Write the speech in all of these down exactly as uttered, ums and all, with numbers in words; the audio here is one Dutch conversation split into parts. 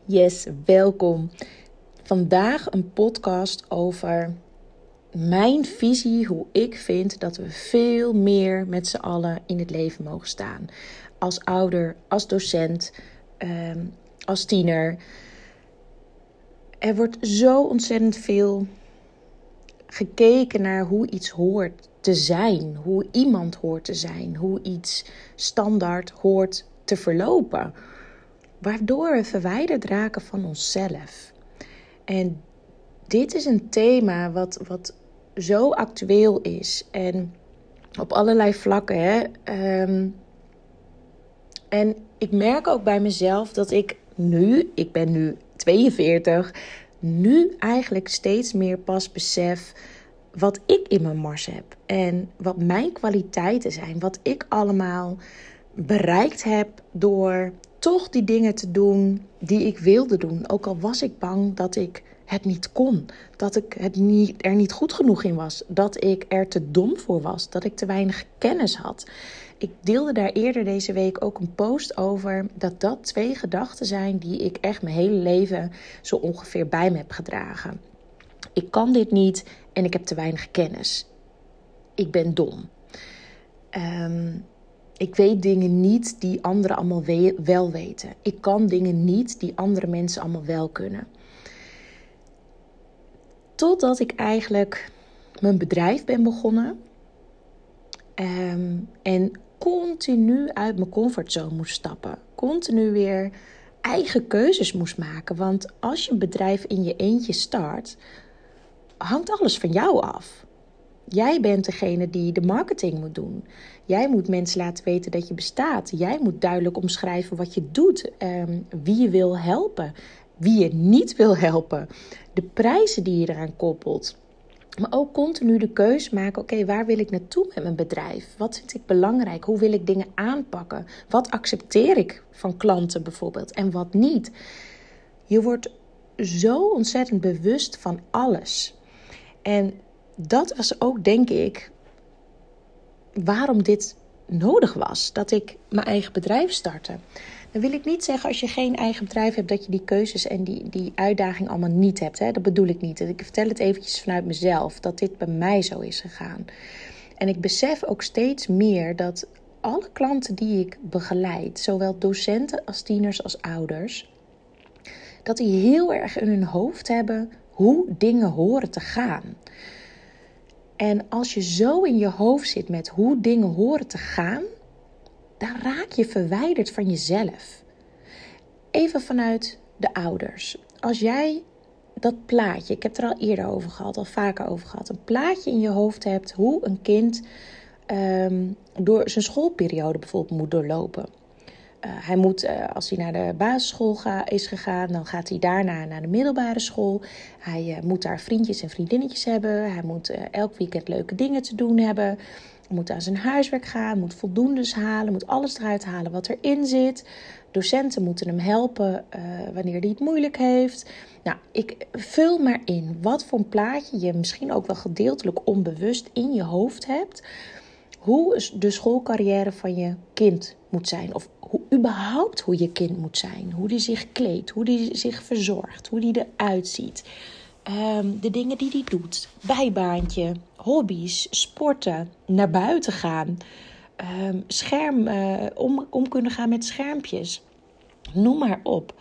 Yes, welkom. Vandaag een podcast over mijn visie, hoe ik vind dat we veel meer met z'n allen in het leven mogen staan. Als ouder, als docent, um, als tiener. Er wordt zo ontzettend veel gekeken naar hoe iets hoort te zijn. Hoe iemand hoort te zijn. Hoe iets standaard hoort te verlopen. Waardoor we verwijderd raken van onszelf. En dit is een thema wat, wat zo actueel is. En op allerlei vlakken. Hè? Um, en ik merk ook bij mezelf dat ik nu, ik ben nu tweeënveertig, nu eigenlijk steeds meer pas besef wat ik in mijn mars heb. En wat mijn kwaliteiten zijn. Wat ik allemaal bereikt heb door toch die dingen te doen die ik wilde doen. Ook al was ik bang dat ik het niet kon. Dat ik het niet, er niet goed genoeg in was. Dat ik er te dom voor was. Dat ik te weinig kennis had. Ik deelde daar eerder deze week ook een post over. Dat dat twee gedachten zijn die ik echt mijn hele leven zo ongeveer bij me heb gedragen. Ik kan dit niet en ik heb te weinig kennis. Ik ben dom. Um, Ik weet dingen niet die anderen allemaal we- wel weten. Ik kan dingen niet die andere mensen allemaal wel kunnen. Totdat ik eigenlijk mijn bedrijf ben begonnen. Um, en continu uit mijn comfortzone moest stappen. Continu weer eigen keuzes moest maken. Want als je een bedrijf in je eentje start, hangt alles van jou af. Jij bent degene die de marketing moet doen. Jij moet mensen laten weten dat je bestaat. Jij moet duidelijk omschrijven wat je doet. Um, wie je wil helpen. Wie je niet wil helpen. De prijzen die je eraan koppelt. Maar ook continu de keuze maken. Oké, okay, waar wil ik naartoe met mijn bedrijf? Wat vind ik belangrijk? Hoe wil ik dingen aanpakken? Wat accepteer ik van klanten bijvoorbeeld? En wat niet? Je wordt zo ontzettend bewust van alles. En dat was ook, denk ik, waarom dit nodig was. Dat ik mijn eigen bedrijf startte. Dan wil ik niet zeggen als je geen eigen bedrijf hebt dat je die keuzes en die, die uitdaging allemaal niet hebt. Hè? Dat bedoel ik niet. Ik vertel het eventjes vanuit mezelf. Dat dit bij mij zo is gegaan. En ik besef ook steeds meer dat alle klanten die ik begeleid, zowel docenten als tieners als ouders, dat die heel erg in hun hoofd hebben hoe dingen horen te gaan. En als je zo in je hoofd zit met hoe dingen horen te gaan, dan raak je verwijderd van jezelf. Even vanuit de ouders. Als jij dat plaatje, ik heb het er al eerder over gehad, al vaker over gehad, een plaatje in je hoofd hebt hoe een kind um, door zijn schoolperiode bijvoorbeeld moet doorlopen. Uh, hij moet, uh, als hij naar de basisschool ga, is gegaan, dan gaat hij daarna naar de middelbare school. Hij uh, moet daar vriendjes en vriendinnetjes hebben. Hij moet uh, elk weekend leuke dingen te doen hebben. Hij moet aan zijn huiswerk gaan, moet voldoendes halen, moet alles eruit halen wat erin zit. Docenten moeten hem helpen uh, wanneer hij het moeilijk heeft. Nou, ik vul maar in wat voor een plaatje je misschien ook wel gedeeltelijk onbewust in je hoofd hebt. Hoe de schoolcarrière van je kind moet zijn. Of hoe, überhaupt hoe je kind moet zijn. Hoe die zich kleedt. Hoe die zich verzorgt. Hoe die eruit ziet. Um, de dingen die hij doet. Bijbaantje. Hobby's. Sporten. Naar buiten gaan. Um, scherm, uh, om, om kunnen gaan met schermpjes. Noem maar op.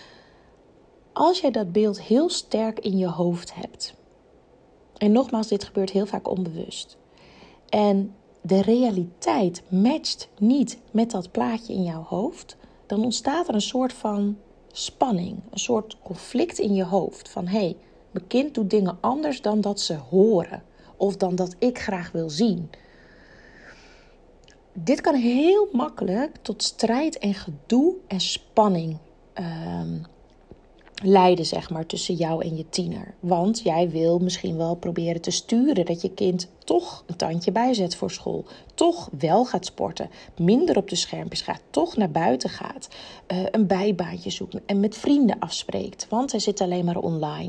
Als jij dat beeld heel sterk in je hoofd hebt. En nogmaals, dit gebeurt heel vaak onbewust. En de realiteit matcht niet met dat plaatje in jouw hoofd, dan ontstaat er een soort van spanning, een soort conflict in je hoofd. Van hé, hey, mijn kind doet dingen anders dan dat ze horen of dan dat ik graag wil zien. Dit kan heel makkelijk tot strijd en gedoe en spanning um, leiden, zeg maar, tussen jou en je tiener. Want jij wil misschien wel proberen te sturen dat je kind toch een tandje bijzet voor school. Toch wel gaat sporten. Minder op de schermpjes gaat. Toch naar buiten gaat. Uh, een bijbaantje zoekt en met vrienden afspreekt. Want hij zit alleen maar online.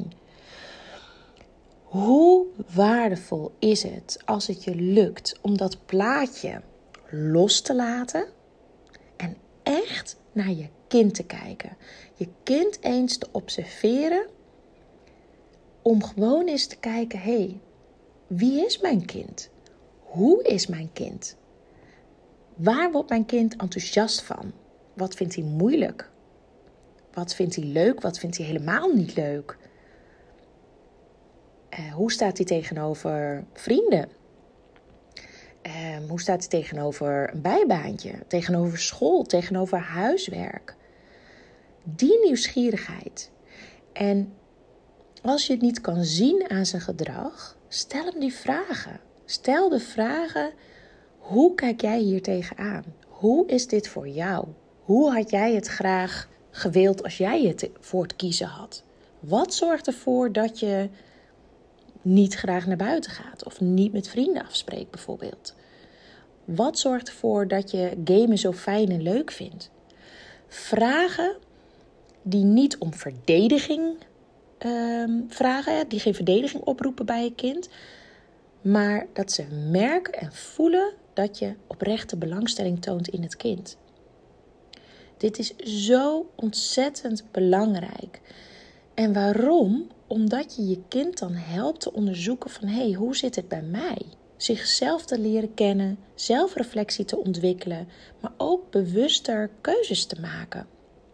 Hoe waardevol is het als het je lukt om dat plaatje los te laten en echt naar je kind te kijken. Je kind eens te observeren. Om gewoon eens te kijken, hé, hey, wie is mijn kind? Hoe is mijn kind? Waar wordt mijn kind enthousiast van? Wat vindt hij moeilijk? Wat vindt hij leuk? Wat vindt hij helemaal niet leuk? Uh, hoe staat hij tegenover vrienden? Uh, hoe staat hij tegenover een bijbaantje? Tegenover school? Tegenover huiswerk? Die nieuwsgierigheid. En als je het niet kan zien aan zijn gedrag, stel hem die vragen. Stel de vragen, hoe kijk jij hier tegenaan? Hoe is dit voor jou? Hoe had jij het graag gewild als jij het voor het kiezen had? Wat zorgt ervoor dat je niet graag naar buiten gaat of niet met vrienden afspreekt bijvoorbeeld? Wat zorgt ervoor dat je gamen zo fijn en leuk vindt? Vragen die niet om verdediging um, vragen, die geen verdediging oproepen bij je kind, maar dat ze merken en voelen dat je oprechte belangstelling toont in het kind. Dit is zo ontzettend belangrijk. En waarom? Omdat je je kind dan helpt te onderzoeken van, hé, hey, hoe zit het bij mij? Zichzelf te leren kennen, zelfreflectie te ontwikkelen, maar ook bewuster keuzes te maken.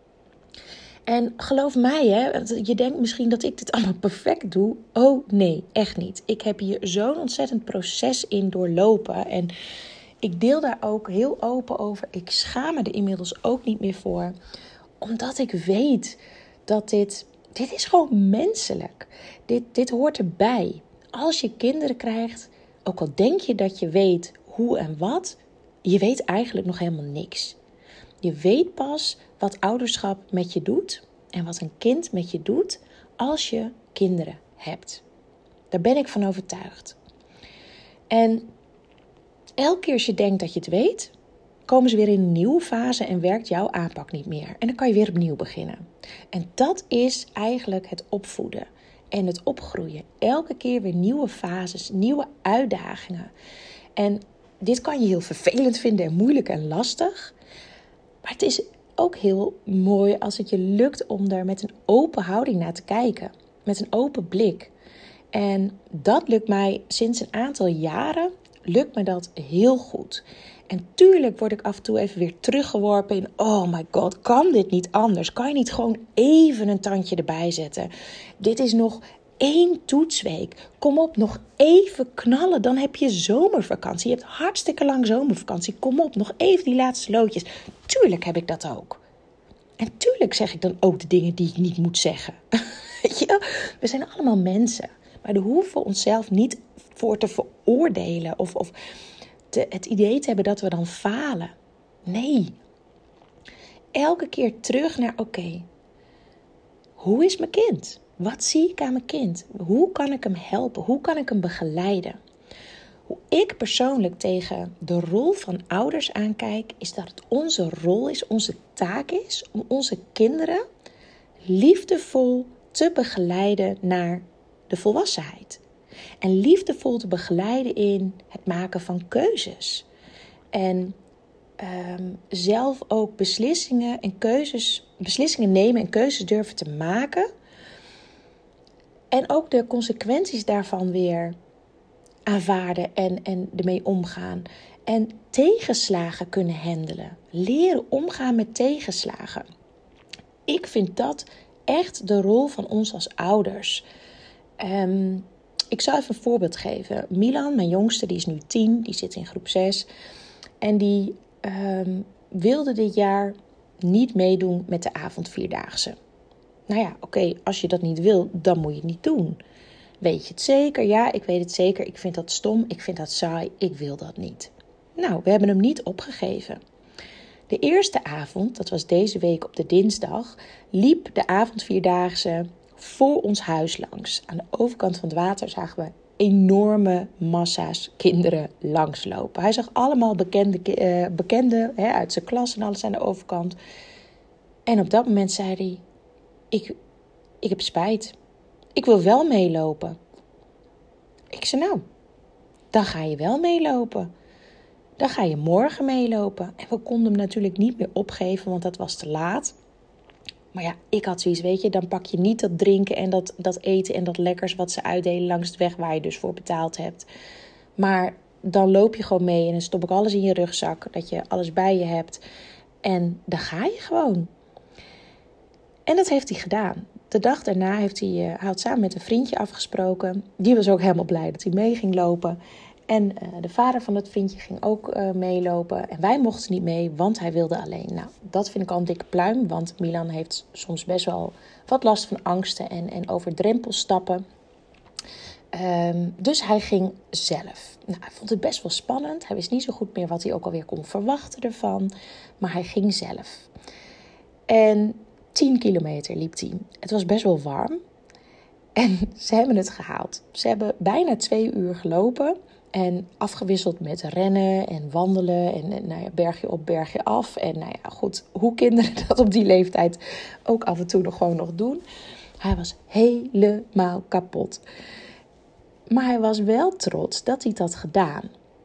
En geloof mij, hè, je denkt misschien dat ik dit allemaal perfect doe. Oh nee, echt niet. Ik heb hier zo'n ontzettend proces in doorlopen. En ik deel daar ook heel open over. Ik schaam me er inmiddels ook niet meer voor. Omdat ik weet dat dit... Dit is gewoon menselijk. Dit, dit hoort erbij. Als je kinderen krijgt, ook al denk je dat je weet hoe en wat, je weet eigenlijk nog helemaal niks. Je weet pas wat ouderschap met je doet en wat een kind met je doet als je kinderen hebt. Daar ben ik van overtuigd. En elke keer als je denkt dat je het weet, komen ze weer in een nieuwe fase en werkt jouw aanpak niet meer. En dan kan je weer opnieuw beginnen. En dat is eigenlijk het opvoeden en het opgroeien. Elke keer weer nieuwe fases, nieuwe uitdagingen. En dit kan je heel vervelend vinden en moeilijk en lastig. Maar het is ook heel mooi als het je lukt om daar met een open houding naar te kijken. Met een open blik. En dat lukt mij sinds een aantal jaren, lukt me dat heel goed. En tuurlijk word ik af en toe even weer teruggeworpen in, oh my god, kan dit niet anders? Kan je niet gewoon even een tandje erbij zetten? Dit is nog één toetsweek. Kom op, nog even knallen, dan heb je zomervakantie. Je hebt hartstikke lang zomervakantie. Kom op, nog even die laatste loodjes. Tuurlijk heb ik dat ook. En tuurlijk zeg ik dan ook de dingen die ik niet moet zeggen. Weet je? We zijn allemaal mensen. Maar daar hoeven we onszelf niet voor te veroordelen of... of Te, het idee te hebben dat we dan falen. Nee. Elke keer terug naar, oké, okay, hoe is mijn kind? Wat zie ik aan mijn kind? Hoe kan ik hem helpen? Hoe kan ik hem begeleiden? Hoe ik persoonlijk tegen de rol van ouders aankijk, is dat het onze rol is, onze taak is, om onze kinderen liefdevol te begeleiden naar de volwassenheid. En liefdevol te begeleiden in het maken van keuzes. En um, zelf ook beslissingen en keuzes, beslissingen nemen en keuzes durven te maken. En ook de consequenties daarvan weer aanvaarden en, en ermee omgaan. En tegenslagen kunnen handelen. Leren omgaan met tegenslagen. Ik vind dat echt de rol van ons als ouders. Um, Ik zal even een voorbeeld geven. Milan, mijn jongste, die is nu tien, die zit in groep zes. En die um, wilde dit jaar niet meedoen met de avondvierdaagse. Nou ja, oké, okay, als je dat niet wil, dan moet je het niet doen. Weet je het zeker? Ja, ik weet het zeker. Ik vind dat stom, ik vind dat saai, ik wil dat niet. Nou, we hebben hem niet opgegeven. De eerste avond, dat was deze week op de dinsdag, liep de avondvierdaagse voor ons huis langs. Aan de overkant van het water zagen we enorme massa's kinderen langslopen. Hij zag allemaal bekende, uh, bekende hè, uit zijn klas en alles aan de overkant. En op dat moment zei hij, ik, ik heb spijt. Ik wil wel meelopen. Ik zei, nou, dan ga je wel meelopen. dan ga je morgen meelopen. En we konden hem natuurlijk niet meer opgeven, want dat was te laat. Maar ja, ik had zoiets, weet je, dan pak je niet dat drinken en dat, dat eten en dat lekkers wat ze uitdelen langs de weg waar je dus voor betaald hebt. Maar dan loop je gewoon mee en dan stop ik alles in je rugzak, dat je alles bij je hebt. En dan ga je gewoon. En dat heeft hij gedaan. De dag daarna heeft hij, uh, hij had samen met een vriendje afgesproken. Die was ook helemaal blij dat hij mee ging lopen. En uh, de vader van het vriendje ging ook uh, meelopen. En wij mochten niet mee, want hij wilde alleen. Nou, dat vind ik al een dikke pluim. Want Milan heeft soms best wel wat last van angsten en, en over drempels stappen. Um, dus hij ging zelf. Nou, hij vond het best wel spannend. Hij wist niet zo goed meer wat hij ook alweer kon verwachten ervan. Maar hij ging zelf. En tien kilometer liep hij. Het was best wel warm. En ze hebben het gehaald. Ze hebben bijna twee uur gelopen. En afgewisseld met rennen en wandelen. En, en nou ja, bergje op, bergje af. En nou ja, goed, hoe kinderen dat op die leeftijd ook af en toe nog gewoon nog doen. Hij was helemaal kapot. Maar hij was wel trots dat hij het had gedaan.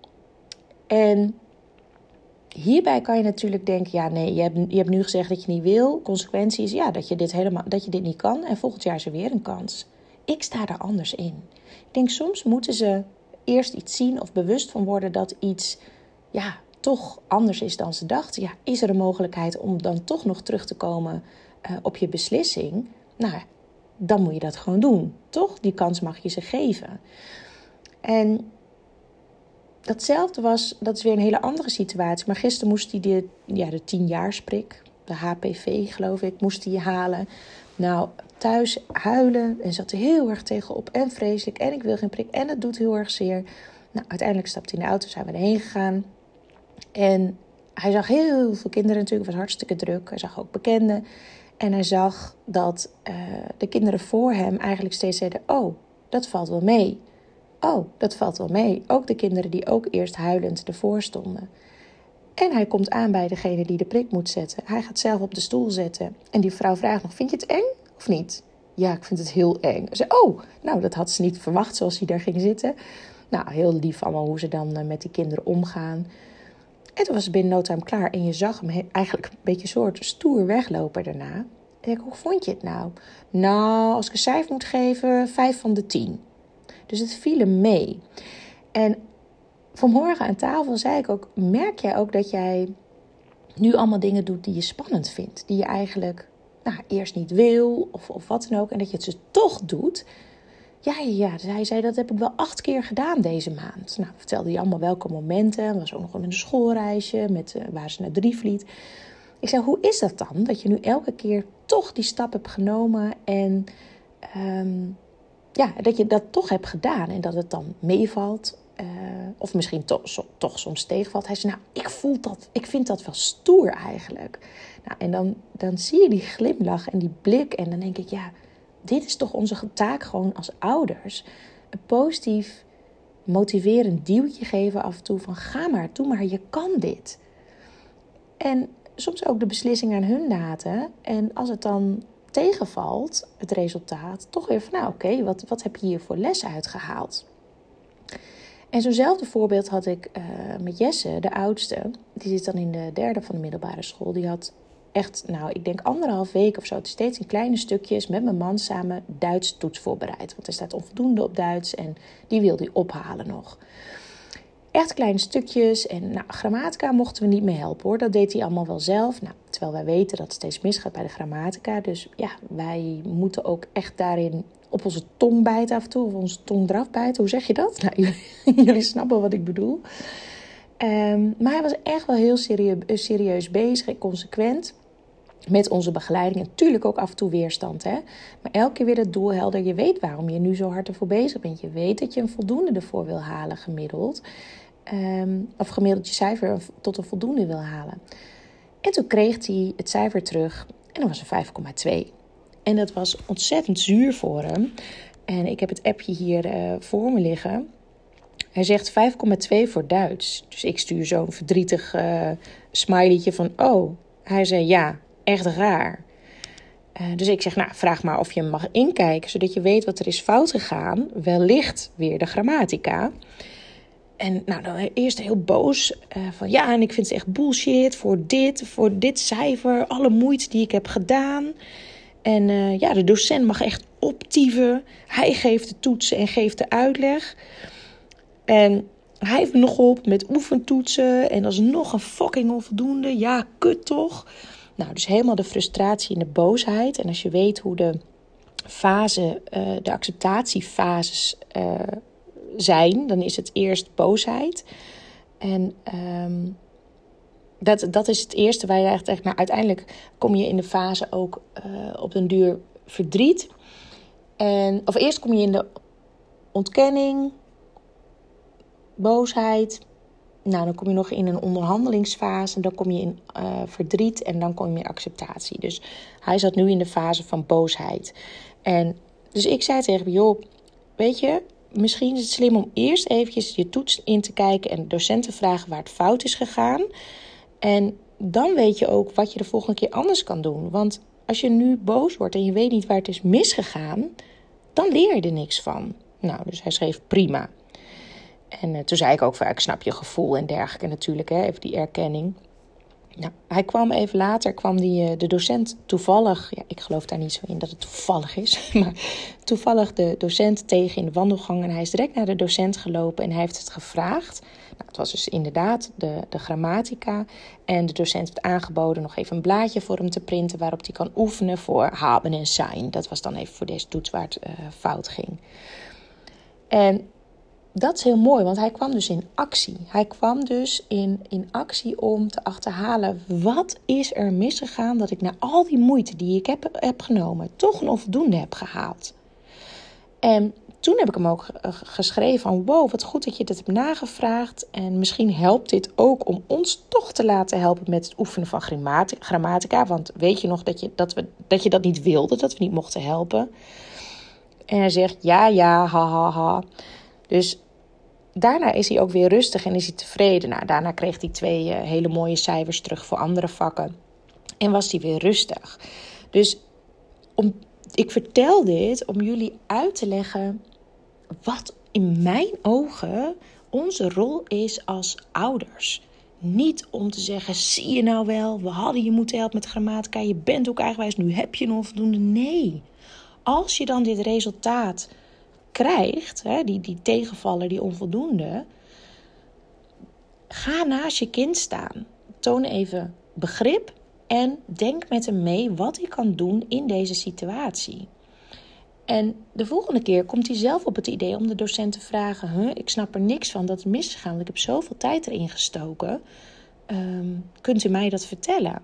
En hierbij kan je natuurlijk denken, ja nee, je hebt, je hebt nu gezegd dat je niet wil. Consequentie is ja, dat je dit helemaal, dat je dit niet kan. En volgend jaar is er weer een kans. Ik sta daar anders in. Ik denk, soms moeten ze eerst iets zien of bewust van worden dat iets ja, toch anders is dan ze dachten. Ja, is er een mogelijkheid om dan toch nog terug te komen uh, op je beslissing? Nou, dan moet je dat gewoon doen, toch? Die kans mag je ze geven. En datzelfde was, dat is weer een hele andere situatie. Maar gisteren moest hij de, ja, de tienjaarsprik, de H P V geloof ik, moest hij halen. Nou, thuis huilen en zat er heel erg tegenop en vreselijk. En ik wil geen prik en het doet heel erg zeer. Nou, uiteindelijk stapte hij in de auto, zijn we erheen gegaan. En hij zag heel veel kinderen natuurlijk, het was hartstikke druk. Hij zag ook bekenden. En hij zag dat uh, de kinderen voor hem eigenlijk steeds zeiden, oh, dat valt wel mee. Oh, dat valt wel mee. Ook de kinderen die ook eerst huilend ervoor stonden. En hij komt aan bij degene die de prik moet zetten. Hij gaat zelf op de stoel zetten. En die vrouw vraagt nog, vind je het eng of niet? Ja, ik vind het heel eng. Ze zei, oh, nou, dat had ze niet verwacht zoals hij daar ging zitten. Nou, heel lief allemaal hoe ze dan uh, met die kinderen omgaan. En toen was het binnen no time klaar. En je zag hem eigenlijk een beetje soort stoer weglopen daarna. En ik, hoe vond je het nou? Nou, als ik een cijfer moet geven, vijf van de tien. Dus het viel hem mee. En vanmorgen aan tafel zei ik ook, merk jij ook dat jij nu allemaal dingen doet die je spannend vindt? Die je eigenlijk nou, eerst niet wil of, of wat dan ook. En dat je het dus toch doet. Ja, ja, dus hij zei, dat heb ik wel acht keer gedaan deze maand. Nou, vertelde hij allemaal welke momenten. Er was ook nog een schoolreisje, met, uh, waar ze naar Drievliet. Ik zei, hoe is dat dan? Dat je nu elke keer toch die stap hebt genomen en um, ja, dat je dat toch hebt gedaan. En dat het dan meevalt. Uh, of misschien to- so- toch soms tegenvalt. Hij zei, nou, ik voel dat, ik vind dat wel stoer eigenlijk. Nou, en dan, dan zie je die glimlach en die blik. En dan denk ik, ja, dit is toch onze taak gewoon als ouders. Een positief, motiverend duwtje geven af en toe. Van ga maar, doe maar, je kan dit. En soms ook de beslissing aan hun laten. En als het dan tegenvalt, het resultaat, toch weer van, nou oké, okay, wat, wat heb je hier voor les uitgehaald? En zo'nzelfde voorbeeld had ik uh, met Jesse, de oudste. Die zit dan in de derde van de middelbare school. Die had echt, nou, ik denk anderhalf week of zo, het is steeds in kleine stukjes met mijn man samen Duits toets voorbereid. Want er staat onvoldoende op Duits en die wil hij ophalen nog. Echt kleine stukjes en nou, grammatica mochten we niet mee helpen hoor. Dat deed hij allemaal wel zelf. Nou, terwijl wij weten dat het steeds misgaat bij de grammatica. Dus ja, wij moeten ook echt daarin op onze tong bijten af en toe. Of onze tong eraf bijten. Hoe zeg je dat? Nou, jullie, jullie snappen wat ik bedoel. Um, maar hij was echt wel heel serieus, serieus bezig en consequent met onze begeleiding. En natuurlijk ook af en toe weerstand. Hè? Maar elke keer weer het doel helder. Je weet waarom je nu zo hard ervoor bezig bent. Je weet dat je een voldoende ervoor wil halen gemiddeld. Um, of gemiddeld je cijfer tot een voldoende wil halen. En toen kreeg hij het cijfer terug. En dat was een vijf komma twee. En dat was ontzettend zuur voor hem. En ik heb het appje hier uh, voor me liggen. Hij zegt vijf komma twee voor Duits. Dus ik stuur zo'n verdrietig uh, smileytje van, oh. Hij zei ja, echt raar. Uh, dus ik zeg, nou, vraag maar of je hem mag inkijken, zodat je weet wat er is fout gegaan. Wellicht weer de grammatica. En nou, dan eerst heel boos. Uh, van ja, en ik vind het echt bullshit voor dit, voor dit cijfer. Alle moeite die ik heb gedaan. En uh, ja, de docent mag echt optieven. Hij geeft de toetsen en geeft de uitleg. En hij heeft me nog geholpen met oefentoetsen. En dat is nog een fucking onvoldoende. Ja, kut toch? Nou, dus helemaal de frustratie en de boosheid. En als je weet hoe de fase, uh, de acceptatiefases uh, zijn, dan is het eerst boosheid. En um, dat, dat is het eerste waar je echt, maar uiteindelijk kom je in de fase ook uh, op den duur verdriet. En, of eerst kom je in de ontkenning, boosheid. Nou, dan kom je nog in een onderhandelingsfase. Dan kom je in uh, verdriet en dan kom je in acceptatie. Dus hij zat nu in de fase van boosheid. En dus ik zei tegen hem, joh, weet je, misschien is het slim om eerst eventjes je toets in te kijken en de docent te vragen waar het fout is gegaan. En dan weet je ook wat je de volgende keer anders kan doen. Want als je nu boos wordt en je weet niet waar het is misgegaan, dan leer je er niks van. Nou, dus hij schreef prima. En uh, toen zei ik ook van, ik snap je gevoel en dergelijke natuurlijk, hè, even die erkenning. Nou, hij kwam even later, kwam die, uh, de docent toevallig, ja, ik geloof daar niet zo in dat het toevallig is, maar toevallig de docent tegen in de wandelgang. En hij is direct naar de docent gelopen en hij heeft het gevraagd. Nou, het was dus inderdaad de, de grammatica. En de docent heeft aangeboden nog even een blaadje voor hem te printen waarop hij kan oefenen voor haben en zijn. Dat was dan even voor deze toets waar het uh, fout ging. En dat is heel mooi, want hij kwam dus in actie. Hij kwam dus in, in actie om te achterhalen, wat is er misgegaan dat ik na al die moeite die ik heb, heb genomen, toch een onvoldoende heb gehaald. En toen heb ik hem ook geschreven van, wow, wat goed dat je dit hebt nagevraagd. En misschien helpt dit ook om ons toch te laten helpen met het oefenen van grammatica. Want weet je nog dat je dat, we, dat je dat niet wilde, dat we niet mochten helpen. En hij zegt, ja, ja, ha, ha, ha. Dus daarna is hij ook weer rustig en is hij tevreden. Nou, daarna kreeg hij twee uh, hele mooie cijfers terug voor andere vakken. En was hij weer rustig. Dus om, ik vertel dit om jullie uit te leggen wat in mijn ogen onze rol is als ouders. Niet om te zeggen, zie je nou wel, we hadden je moeten helpen met grammatica, je bent ook eigenwijs, nu heb je een onvoldoende. Nee, als je dan dit resultaat krijgt, hè, die, die tegenvaller, die onvoldoende, ga naast je kind staan. Toon even begrip en denk met hem mee wat hij kan doen in deze situatie. En de volgende keer komt hij zelf op het idee om de docent te vragen, huh, ik snap er niks van, dat is misgegaan, want ik heb zoveel tijd erin gestoken. Um, kunt u mij dat vertellen?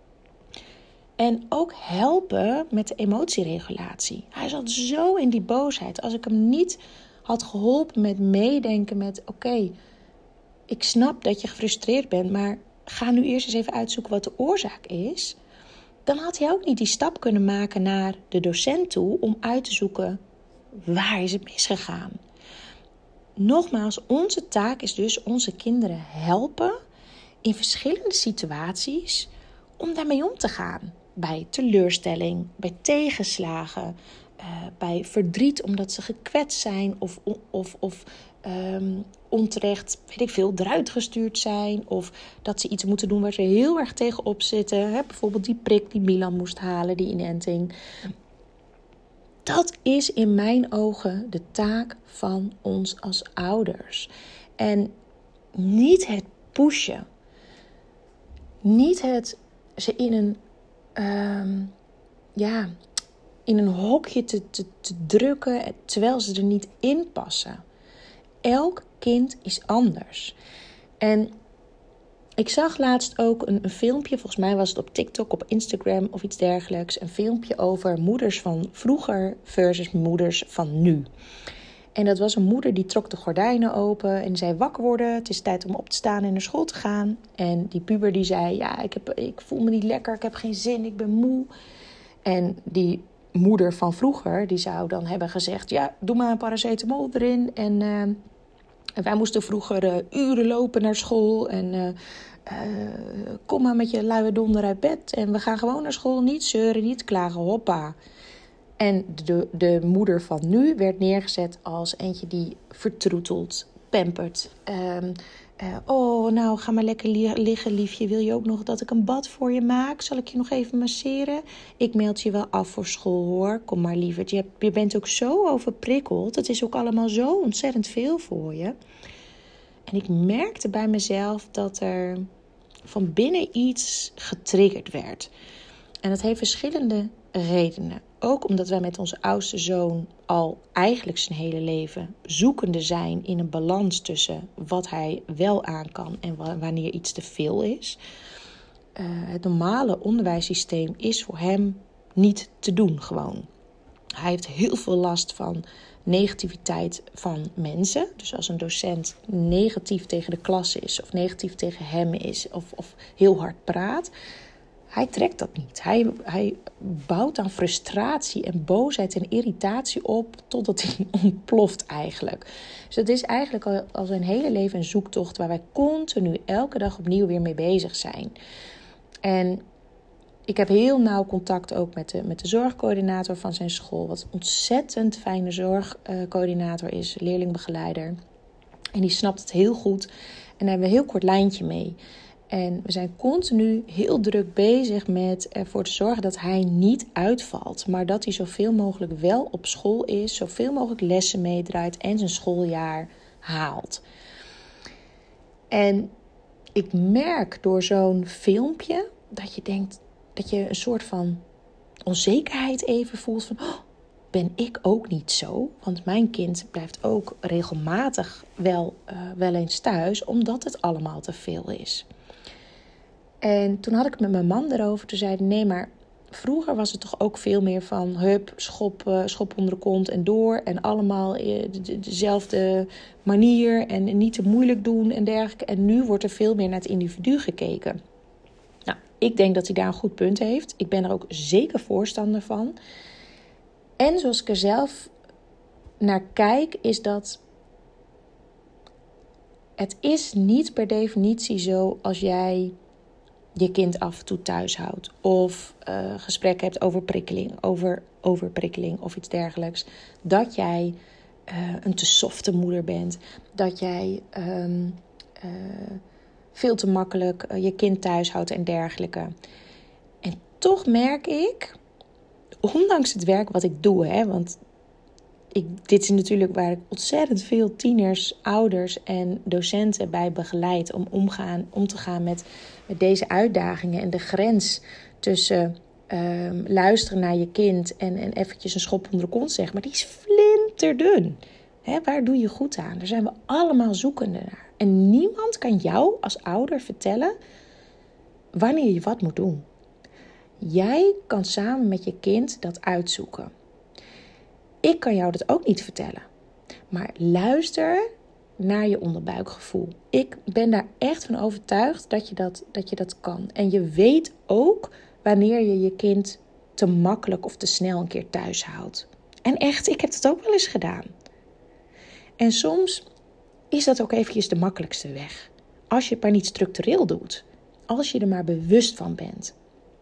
En ook helpen met de emotieregulatie. Hij zat zo in die boosheid. Als ik hem niet had geholpen met meedenken met, oké, okay, ik snap dat je gefrustreerd bent, maar ga nu eerst eens even uitzoeken wat de oorzaak is. Dan had hij ook niet die stap kunnen maken naar de docent toe om uit te zoeken, waar is het misgegaan? Nogmaals, onze taak is dus onze kinderen helpen in verschillende situaties om daarmee om te gaan. Bij teleurstelling, bij tegenslagen, uh, bij verdriet omdat ze gekwetst zijn of, of, of um, onterecht, weet ik veel, eruit gestuurd zijn. Of dat ze iets moeten doen waar ze heel erg tegenop zitten. Hè? Bijvoorbeeld die prik die Milan moest halen, die inenting. Dat is in mijn ogen de taak van ons als ouders. En niet het pushen. Niet het ze in een, um, ja, in een hokje te, te, te drukken terwijl ze er niet in passen. Elk kind is anders. En ik zag laatst ook een, een filmpje, volgens mij was het op TikTok, op Instagram of iets dergelijks. Een filmpje over moeders van vroeger versus moeders van nu. En dat was een moeder die trok de gordijnen open en zei wakker worden. Het is tijd om op te staan en naar school te gaan. En die puber die zei, ja, ik, heb, ik voel me niet lekker, ik heb geen zin, ik ben moe. En die moeder van vroeger, die zou dan hebben gezegd, ja, doe maar een paracetamol erin. En uh, wij moesten vroeger uh, uren lopen naar school. En uh, uh, kom maar met je luie donder uit bed. En we gaan gewoon naar school, niet zeuren, niet klagen, hoppa. En de, de moeder van nu werd neergezet als eentje die vertroetelt, gepamperd. Um, uh, oh, nou, ga maar lekker li- liggen, liefje. Wil je ook nog dat ik een bad voor je maak? Zal ik je nog even masseren? Ik meld je wel af voor school, hoor. Kom maar, lieverd. Je, hebt, je bent ook zo overprikkeld. Het is ook allemaal zo ontzettend veel voor je. En ik merkte bij mezelf dat er van binnen iets getriggerd werd. En dat heeft verschillende redenen. Ook omdat wij met onze oudste zoon al eigenlijk zijn hele leven zoekende zijn in een balans tussen wat hij wel aan kan en wanneer iets te veel is. Uh, het normale onderwijssysteem is voor hem niet te doen gewoon. Hij heeft heel veel last van negativiteit van mensen. Dus als een docent negatief tegen de klas is of negatief tegen hem is of, of heel hard praat, hij trekt dat niet. Hij, hij bouwt dan frustratie en boosheid en irritatie op totdat hij ontploft eigenlijk. Dus dat is eigenlijk al, al zijn hele leven een zoektocht waar wij continu elke dag opnieuw weer mee bezig zijn. En ik heb heel nauw contact ook met de, met de zorgcoördinator van zijn school. Wat een ontzettend fijne zorgcoördinator is, leerlingbegeleider. En die snapt het heel goed. En daar hebben we een heel kort lijntje mee. En we zijn continu heel druk bezig met ervoor te zorgen dat hij niet uitvalt. Maar dat hij zoveel mogelijk wel op school is, zoveel mogelijk lessen meedraait en zijn schooljaar haalt. En ik merk door zo'n filmpje dat je denkt, dat je een soort van onzekerheid even voelt van, oh, ben ik ook niet zo? Want mijn kind blijft ook regelmatig wel, uh, wel eens thuis, omdat het allemaal te veel is. En toen had ik het met mijn man erover. Toen zei hij, nee, maar vroeger was het toch ook veel meer van hup, schop, uh, schop onder de kont en door. En allemaal uh, de, de, dezelfde manier en niet te moeilijk doen en dergelijke. En nu wordt er veel meer naar het individu gekeken. Nou, ik denk dat hij daar een goed punt heeft. Ik ben er ook zeker voorstander van. En zoals ik er zelf naar kijk, is dat het is niet per definitie zo als jij je kind af en toe thuis houdt. Of uh, gesprekken hebt over prikkeling, over overprikkeling of iets dergelijks. Dat jij uh, een te softe moeder bent. Dat jij um, uh, veel te makkelijk uh, je kind thuis houdt en dergelijke. En toch merk ik, ondanks het werk wat ik doe, hè, want ik, dit is natuurlijk waar ik ontzettend veel tieners, ouders en docenten bij begeleid om omgaan, om te gaan met, met deze uitdagingen en de grens tussen um, luisteren naar je kind en, en eventjes een schop onder de kont zeggen, maar die is flinterdun. Hè, waar doe je goed aan? Daar zijn we allemaal zoekende naar. En niemand kan jou als ouder vertellen wanneer je wat moet doen. Jij kan samen met je kind dat uitzoeken. Ik kan jou dat ook niet vertellen. Maar luister naar je onderbuikgevoel. Ik ben daar echt van overtuigd dat je dat, dat je dat kan. En je weet ook wanneer je je kind te makkelijk of te snel een keer thuis houdt. En echt, ik heb dat ook wel eens gedaan. En soms is dat ook eventjes de makkelijkste weg. Als je het maar niet structureel doet. Als je er maar bewust van bent.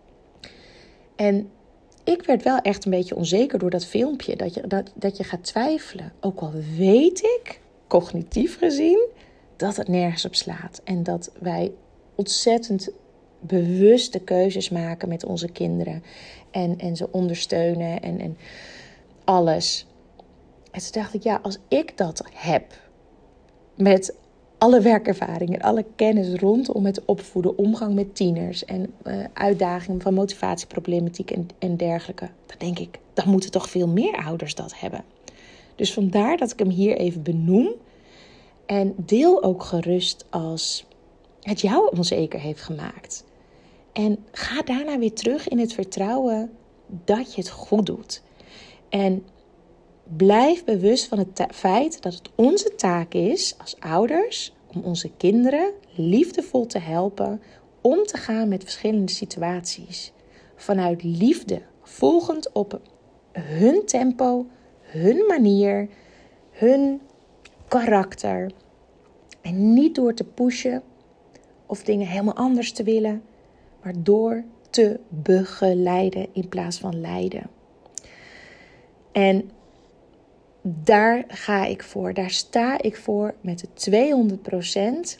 En ik werd wel echt een beetje onzeker door dat filmpje. Dat je, dat, dat je gaat twijfelen. Ook al weet ik, cognitief gezien, dat het nergens op slaat. En dat wij ontzettend bewuste keuzes maken met onze kinderen. En, en ze ondersteunen en, en alles. En toen dacht ik, ja, als ik dat heb met alle werkervaring en alle kennis rondom het opvoeden, omgang met tieners en uh, uitdagingen van motivatieproblematiek en, en dergelijke, dan denk ik, dan moeten toch veel meer ouders dat hebben. Dus vandaar dat ik hem hier even benoem en deel ook gerust als het jou onzeker heeft gemaakt. En ga daarna weer terug in het vertrouwen dat je het goed doet. En blijf bewust van het ta- feit dat het onze taak is als ouders om onze kinderen liefdevol te helpen om te gaan met verschillende situaties. Vanuit liefde, volgend op hun tempo, hun manier, hun karakter. En niet door te pushen of dingen helemaal anders te willen, maar door te begeleiden in plaats van leiden. En daar ga ik voor. Daar sta ik voor met de tweehonderd procent.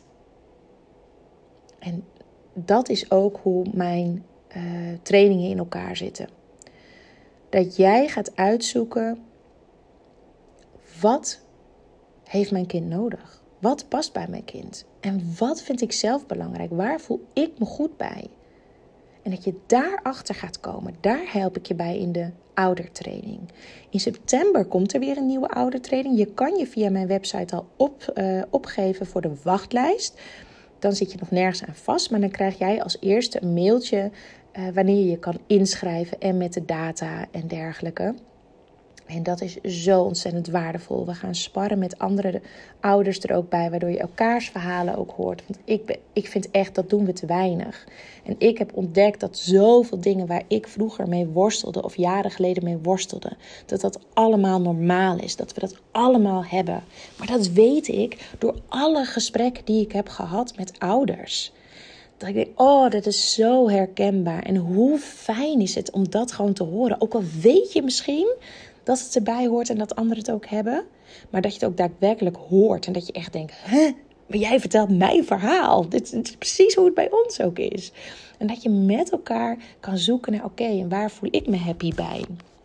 En dat is ook hoe mijn uh, trainingen in elkaar zitten. Dat jij gaat uitzoeken, wat heeft mijn kind nodig? Wat past bij mijn kind? En wat vind ik zelf belangrijk? Waar voel ik me goed bij? En dat je daarachter gaat komen. Daar help ik je bij in de oudertraining. In september komt er weer een nieuwe oudertraining. Je kan je via mijn website al op, uh, opgeven voor de wachtlijst. Dan zit je nog nergens aan vast. Maar dan krijg jij als eerste een mailtje uh, wanneer je je kan inschrijven. En met de data en dergelijke. En dat is zo ontzettend waardevol. We gaan sparren met andere ouders er ook bij, waardoor je elkaars verhalen ook hoort. Want ik, ben, ik vind echt, dat doen we te weinig. En ik heb ontdekt dat zoveel dingen waar ik vroeger mee worstelde, of jaren geleden mee worstelde, dat dat allemaal normaal is. Dat we dat allemaal hebben. Maar dat weet ik door alle gesprekken die ik heb gehad met ouders. Dat ik denk, oh, dat is zo herkenbaar. En hoe fijn is het om dat gewoon te horen. Ook al weet je misschien dat het erbij hoort en dat anderen het ook hebben. Maar dat je het ook daadwerkelijk hoort. En dat je echt denkt, hè, maar jij vertelt mijn verhaal. Dit, dit is precies hoe het bij ons ook is. En dat je met elkaar kan zoeken naar, oké, okay, en waar voel ik me happy bij?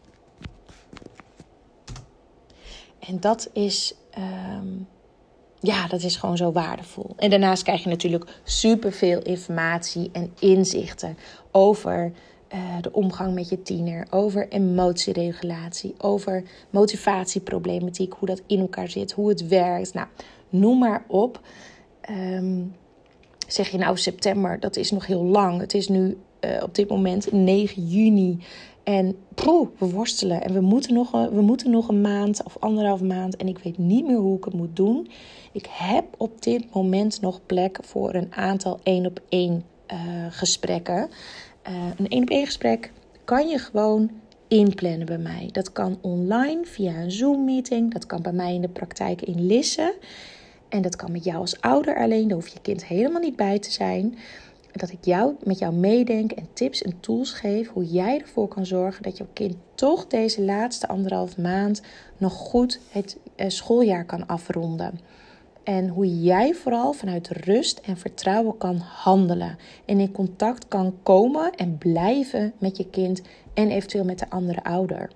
En dat is, um, ja, dat is gewoon zo waardevol. En daarnaast krijg je natuurlijk superveel informatie en inzichten over Uh, de omgang met je tiener, over emotieregulatie, over motivatieproblematiek, hoe dat in elkaar zit, hoe het werkt. Nou, noem maar op. Um, zeg je nou september, dat is nog heel lang. Het is nu uh, op dit moment negen juni en poeh, we worstelen. En we moeten, nog een, we moeten nog een maand of anderhalf maand en ik weet niet meer hoe ik het moet doen. Ik heb op dit moment nog plek voor een aantal één op één uh, gesprekken. Uh, een één op één gesprek kan je gewoon inplannen bij mij. Dat kan online via een Zoom-meeting. Dat kan bij mij in de praktijk in Lisse. En dat kan met jou als ouder alleen. Daar hoef je kind helemaal niet bij te zijn. Dat ik jou, met jou meedenk en tips en tools geef hoe jij ervoor kan zorgen dat jouw kind toch deze laatste anderhalf maand nog goed het uh, schooljaar kan afronden. En hoe jij vooral vanuit rust en vertrouwen kan handelen. En in contact kan komen en blijven met je kind en eventueel met de andere ouder.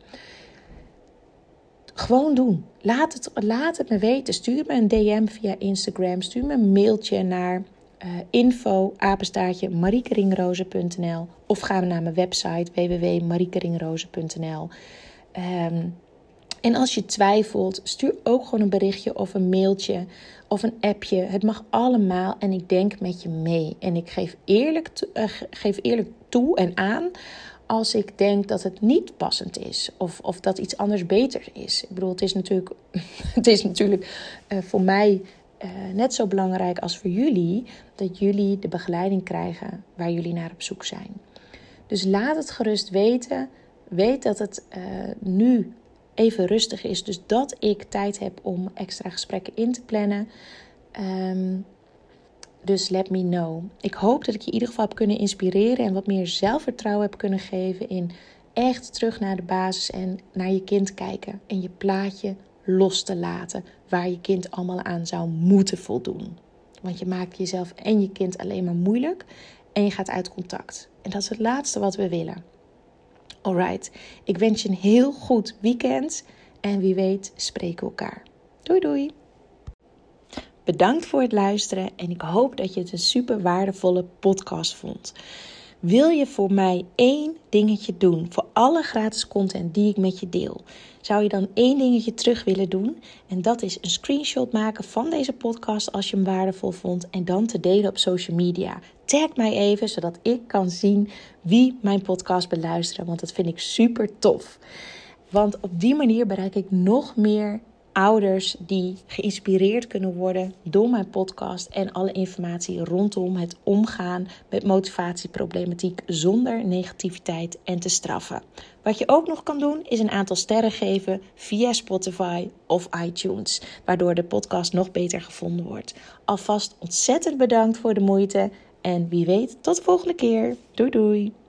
Gewoon doen. Laat het, laat het me weten. Stuur me een D M via Instagram. Stuur me een mailtje naar uh, info apenstaartje mariekeringrozen punt n l. Of ga naar mijn website w w w punt mariekeringrozen punt n l. Um, En als je twijfelt, stuur ook gewoon een berichtje of een mailtje of een appje. Het mag allemaal en ik denk met je mee. En ik geef eerlijk, to- uh, geef eerlijk toe en aan als ik denk dat het niet passend is. Of, of dat iets anders beter is. Ik bedoel, het is natuurlijk, het is natuurlijk uh, voor mij uh, net zo belangrijk als voor jullie dat jullie de begeleiding krijgen waar jullie naar op zoek zijn. Dus laat het gerust weten. Weet dat het uh, nu even rustig is. Dus dat ik tijd heb om extra gesprekken in te plannen. Um, dus let me know. Ik hoop dat ik je in ieder geval heb kunnen inspireren en wat meer zelfvertrouwen heb kunnen geven in echt terug naar de basis en naar je kind kijken. En je plaatje los te laten waar je kind allemaal aan zou moeten voldoen. Want je maakt jezelf en je kind alleen maar moeilijk en je gaat uit contact. En dat is het laatste wat we willen. Alright, ik wens je een heel goed weekend en wie weet spreken we elkaar. Doei doei! Bedankt voor het luisteren en ik hoop dat je het een super waardevolle podcast vond. Wil je voor mij één dingetje doen voor alle gratis content die ik met je deel? Zou je dan één dingetje terug willen doen? En dat is een screenshot maken van deze podcast als je hem waardevol vond en dan te delen op social media. Tag mij even zodat ik kan zien wie mijn podcast beluistert, want dat vind ik super tof. Want op die manier bereik ik nog meer ouders die geïnspireerd kunnen worden door mijn podcast en alle informatie rondom het omgaan met motivatieproblematiek zonder negativiteit en te straffen. Wat je ook nog kan doen is een aantal sterren geven via Spotify of iTunes, waardoor de podcast nog beter gevonden wordt. Alvast ontzettend bedankt voor de moeite en wie weet tot de volgende keer. Doei doei!